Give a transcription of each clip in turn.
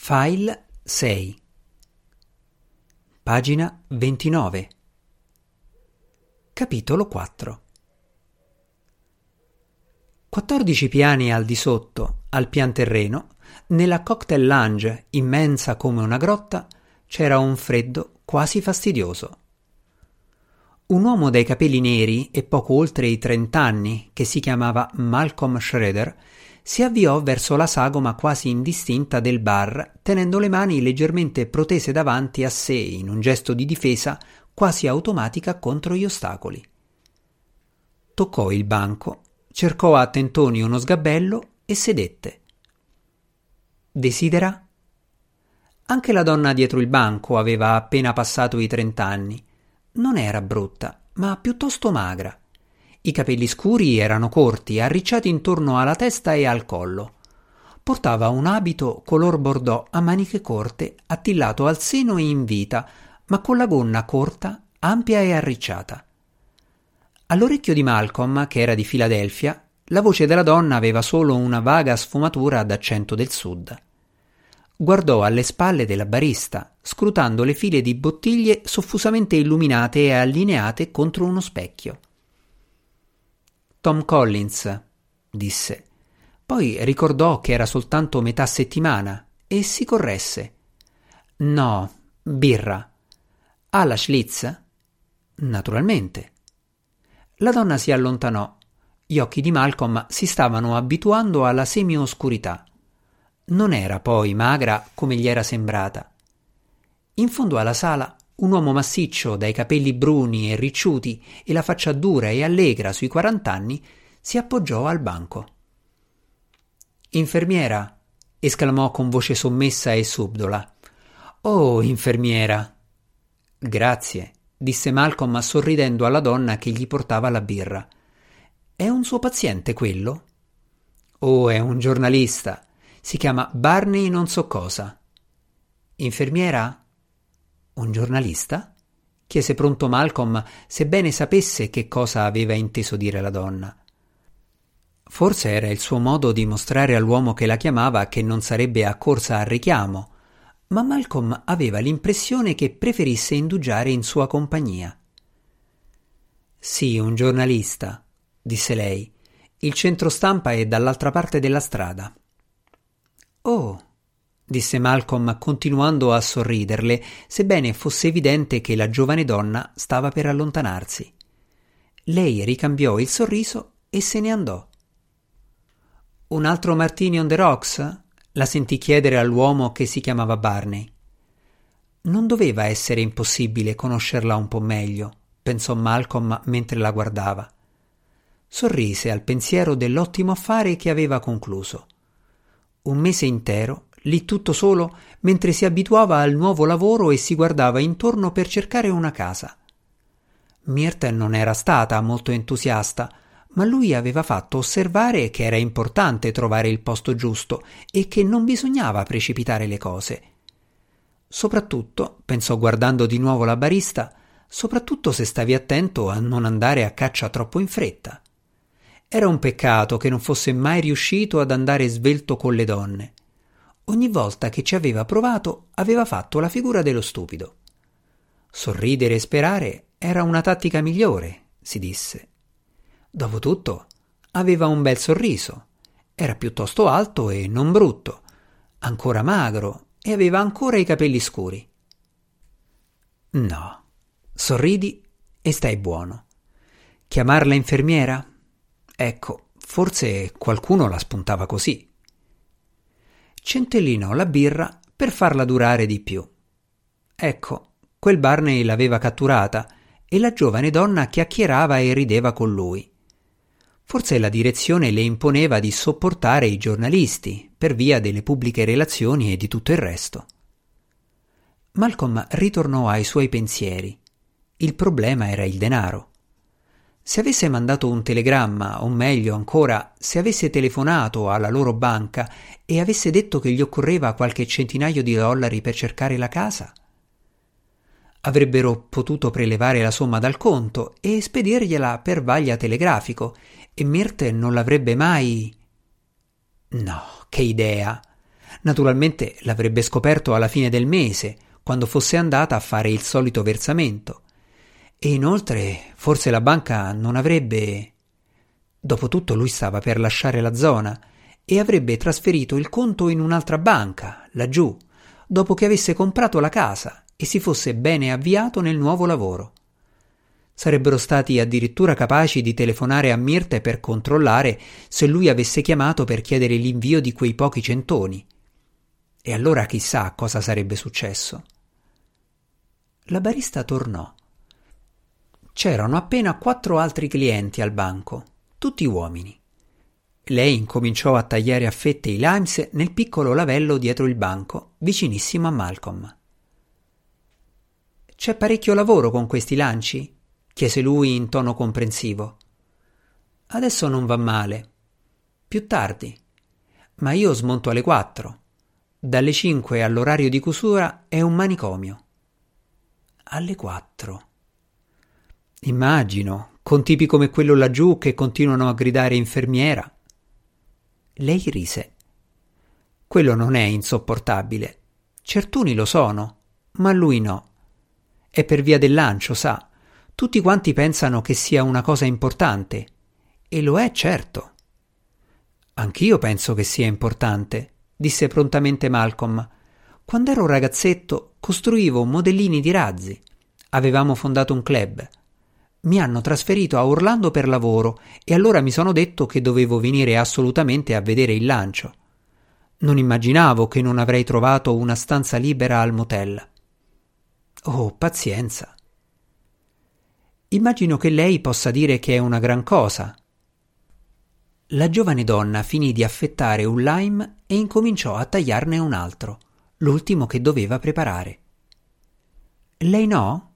File 6. Pagina 29. Capitolo 4. 14 piani al di sotto, al pian terreno, nella cocktail lounge immensa come una grotta, c'era un freddo quasi fastidioso. Un uomo dai capelli neri e poco oltre i 30 anni, che si chiamava Malcolm Schroeder, si avviò verso la sagoma quasi indistinta del bar, tenendo le mani leggermente protese davanti a sé in un gesto di difesa quasi automatica contro gli ostacoli. Toccò il banco, cercò a tentoni uno sgabello e sedette. Desidera? Anche la donna dietro il banco aveva appena passato i 30 anni. Non era brutta, ma piuttosto magra. I capelli scuri erano corti, arricciati intorno alla testa e al collo. Portava un abito color bordeaux a maniche corte, attillato al seno e in vita, ma con la gonna corta, ampia e arricciata. All'orecchio di Malcolm, che era di Filadelfia, la voce della donna aveva solo una vaga sfumatura d'accento del sud. Guardò alle spalle della barista, scrutando le file di bottiglie soffusamente illuminate e allineate contro uno specchio. Tom Collins, disse. Poi ricordò che era soltanto metà settimana e si corresse. No, birra. Ha la Schlitz? Naturalmente. La donna si allontanò. Gli occhi di Malcolm si stavano abituando alla semioscurità. Non era poi magra come gli era sembrata. In fondo alla sala, un uomo massiccio dai capelli bruni e ricciuti e la faccia dura e allegra sui 40 anni si appoggiò al banco. «Infermiera!» esclamò con voce sommessa e subdola. «Oh, infermiera!» «Grazie», disse Malcolm sorridendo alla donna che gli portava la birra. «È un suo paziente quello?» «Oh, è un giornalista. Si chiama Barney non so cosa». «Infermiera?» «Un giornalista?» chiese pronto Malcolm, sebbene sapesse che cosa aveva inteso dire la donna. Forse era il suo modo di mostrare all'uomo che la chiamava che non sarebbe accorsa al richiamo, ma Malcolm aveva l'impressione che preferisse indugiare in sua compagnia. «Sì, un giornalista», disse lei. «Il centro stampa è dall'altra parte della strada». «Oh», disse Malcolm continuando a sorriderle, sebbene fosse evidente che la giovane donna stava per allontanarsi. Lei ricambiò il sorriso e se ne andò. «Un altro martini on the rocks?» la sentì chiedere all'uomo che si chiamava Barney. Non doveva essere impossibile conoscerla un po' meglio, pensò Malcolm mentre la guardava. Sorrise al pensiero dell'ottimo affare che aveva concluso. Un mese intero, lì tutto solo, mentre si abituava al nuovo lavoro e si guardava intorno per cercare una casa. Myrtle non era stata molto entusiasta, ma lui aveva fatto osservare che era importante trovare il posto giusto e che non bisognava precipitare le cose. Soprattutto, pensò guardando di nuovo la barista, soprattutto se stavi attento a non andare a caccia troppo in fretta. Era un peccato che non fosse mai riuscito ad andare svelto con le donne. Ogni volta che ci aveva provato aveva fatto la figura dello stupido. Sorridere e sperare era una tattica migliore, si disse. Dopotutto aveva un bel sorriso, era piuttosto alto e non brutto, ancora magro e aveva ancora i capelli scuri. No, sorridi e stai buono. Chiamarla infermiera? Ecco, forse qualcuno la spuntava così. Centellinò la birra per farla durare di più. Ecco, quel Barney l'aveva catturata e la giovane donna chiacchierava e rideva con lui. Forse la direzione le imponeva di sopportare i giornalisti per via delle pubbliche relazioni e di tutto il resto. Malcolm ritornò ai suoi pensieri. Il problema era il denaro. Se avesse mandato un telegramma, o meglio ancora, se avesse telefonato alla loro banca e avesse detto che gli occorreva qualche centinaio di dollari per cercare la casa, avrebbero potuto prelevare la somma dal conto e spedirgliela per vaglia telegrafico e Myrtle non l'avrebbe mai... No, che idea! Naturalmente l'avrebbe scoperto alla fine del mese, quando fosse andata a fare il solito versamento. E inoltre, forse la banca non avrebbe... Dopotutto lui stava per lasciare la zona e avrebbe trasferito il conto in un'altra banca, laggiù, dopo che avesse comprato la casa e si fosse bene avviato nel nuovo lavoro. Sarebbero stati addirittura capaci di telefonare a Mirte per controllare se lui avesse chiamato per chiedere l'invio di quei pochi centoni. E allora chissà cosa sarebbe successo. La barista tornò. C'erano appena 4 altri clienti al banco, tutti uomini. Lei incominciò a tagliare a fette i limes nel piccolo lavello dietro il banco, vicinissimo a Malcolm. «C'è parecchio lavoro con questi lanci?» chiese lui in tono comprensivo. «Adesso non va male. Più tardi. Ma io smonto alle 4. Dalle 5 all'orario di chiusura è un manicomio». «Alle 4. Immagino, con tipi come quello laggiù che continuano a gridare infermiera». Lei rise. «Quello non è insopportabile. Certuni lo sono, ma lui no. È per via del lancio, sa. Tutti quanti pensano che sia una cosa importante. E lo è, certo». «Anch'io penso che sia importante», disse prontamente Malcolm. «Quando ero ragazzetto costruivo modellini di razzi. Avevamo fondato un club. Mi hanno trasferito a Orlando per lavoro e allora mi sono detto che dovevo venire assolutamente a vedere il lancio. Non immaginavo che non avrei trovato una stanza libera al motel». «Oh, pazienza». «Immagino che lei possa dire che è una gran cosa». La giovane donna finì di affettare un lime e incominciò a tagliarne un altro, l'ultimo che doveva preparare. «Lei no?»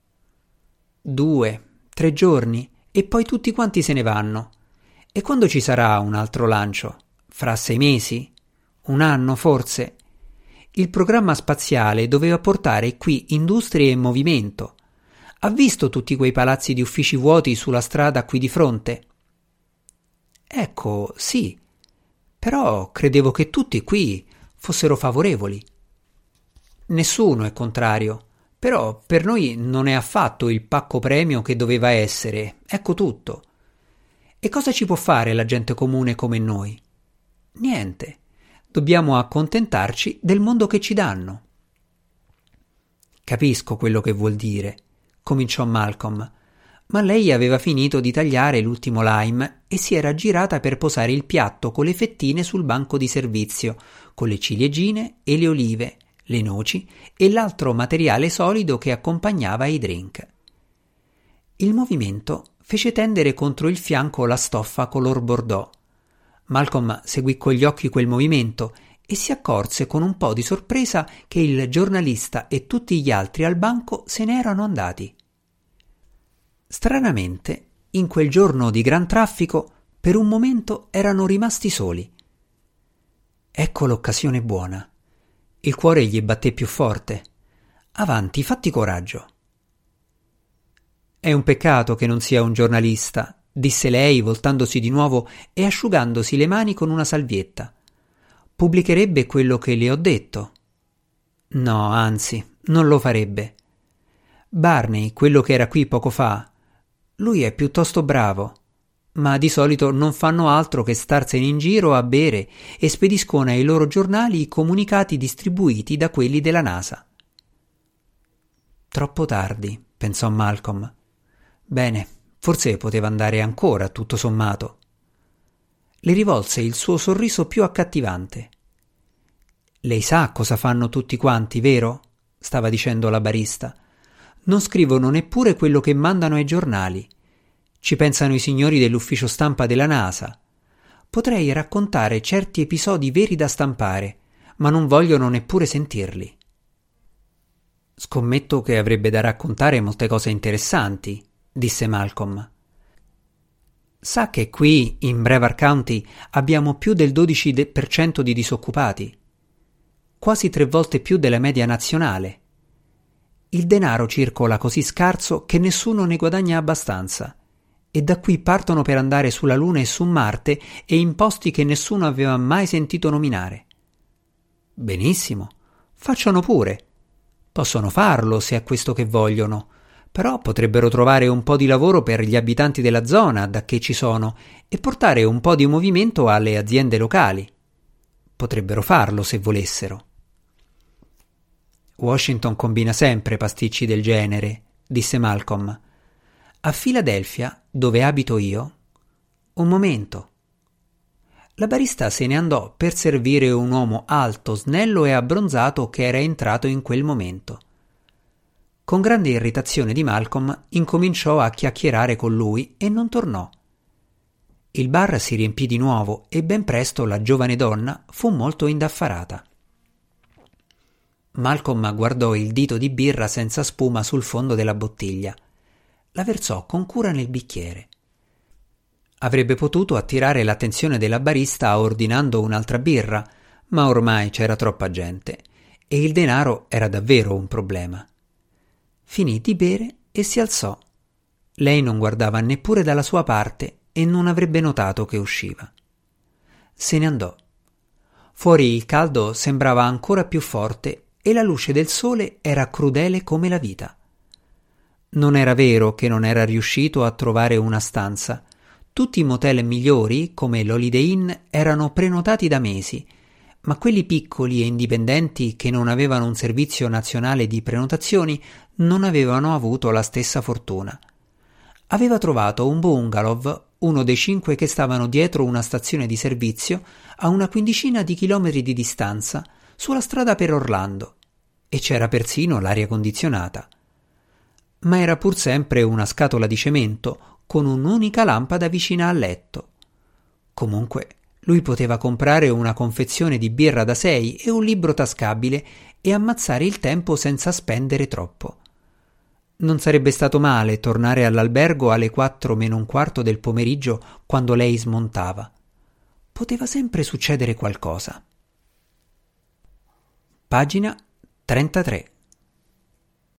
2, 3 giorni e poi tutti quanti se ne vanno. E quando ci sarà un altro lancio? Fra 6 mesi? 1 anno forse? Il programma spaziale doveva portare qui industrie e movimento. Ha visto tutti quei palazzi di uffici vuoti sulla strada qui di fronte?» «Ecco, sì. Però credevo che tutti qui fossero favorevoli». «Nessuno è contrario. Però per noi non è affatto il pacco premio che doveva essere. Ecco tutto. E cosa ci può fare la gente comune come noi? Niente. Dobbiamo accontentarci del mondo che ci danno». «Capisco quello che vuol dire», cominciò Malcolm, ma lei aveva finito di tagliare l'ultimo lime e si era girata per posare il piatto con le fettine sul banco di servizio, con le ciliegine e le olive, le noci e l'altro materiale solido che accompagnava i drink. Il movimento fece tendere contro il fianco la stoffa color bordeaux. Malcolm seguì con gli occhi quel movimento e si accorse con un po' di sorpresa che il giornalista e tutti gli altri al banco se ne erano andati. Stranamente, in quel giorno di gran traffico, per un momento erano rimasti soli. Ecco l'occasione buona. Il cuore gli batté più forte. «Avanti, fatti coraggio». «È un peccato che non sia un giornalista», disse lei voltandosi di nuovo e asciugandosi le mani con una salvietta. «Pubblicherebbe quello che le ho detto». «No, anzi, non lo farebbe. Barney, quello che era qui poco fa, lui è piuttosto bravo, ma di solito non fanno altro che starsene in giro a bere e spediscono ai loro giornali i comunicati distribuiti da quelli della NASA». «Troppo tardi», pensò Malcolm. «Bene, forse poteva andare ancora, tutto sommato». Le rivolse il suo sorriso più accattivante. «Lei sa cosa fanno tutti quanti, vero?» stava dicendo la barista. «Non scrivono neppure quello che mandano ai giornali. Ci pensano i signori dell'ufficio stampa della NASA. Potrei raccontare certi episodi veri da stampare, ma non vogliono neppure sentirli». «Scommetto che avrebbe da raccontare molte cose interessanti», disse Malcolm. «Sa che qui, in Brevard County, abbiamo più del 12% di disoccupati, quasi 3 volte più della media nazionale. Il denaro circola così scarso che nessuno ne guadagna abbastanza, e da qui partono per andare sulla Luna e su Marte e in posti che nessuno aveva mai sentito nominare». Benissimo, facciano pure. Possono farlo se è questo che vogliono, però potrebbero trovare un po' di lavoro per gli abitanti della zona da che ci sono e portare un po' di movimento alle aziende locali. Potrebbero farlo se volessero. Washington combina sempre pasticci del genere, disse Malcolm. A Filadelfia, dove abito io. Un momento. La barista se ne andò per servire un uomo alto, snello e abbronzato che era entrato in quel momento. Con grande irritazione di Malcolm incominciò a chiacchierare con lui e non tornò. Il bar si riempì di nuovo e ben presto la giovane donna fu molto indaffarata. Malcolm guardò il dito di birra senza spuma sul fondo della bottiglia. La versò con cura nel bicchiere. Avrebbe potuto attirare l'attenzione della barista ordinando un'altra birra, ma ormai c'era troppa gente e il denaro era davvero un problema. Finì di bere e si alzò. Lei non guardava neppure dalla sua parte e non avrebbe notato che usciva. Se ne andò. Fuori il caldo sembrava ancora più forte e la luce del sole era crudele come la vita. Non era vero che non era riuscito a trovare una stanza. Tutti i motel migliori, come l'Holiday Inn, erano prenotati da mesi, ma quelli piccoli e indipendenti che non avevano un servizio nazionale di prenotazioni non avevano avuto la stessa fortuna. Aveva trovato un bungalow, uno dei 5 che stavano dietro una stazione di servizio, a una quindicina di chilometri di distanza, sulla strada per Orlando, e c'era persino l'aria condizionata. Ma era pur sempre una scatola di cemento con un'unica lampada vicina al letto. Comunque, lui poteva comprare una confezione di birra da 6 e un libro tascabile e ammazzare il tempo senza spendere troppo. Non sarebbe stato male tornare all'albergo alle 4 meno un quarto del pomeriggio quando lei smontava. Poteva sempre succedere qualcosa. Pagina 33.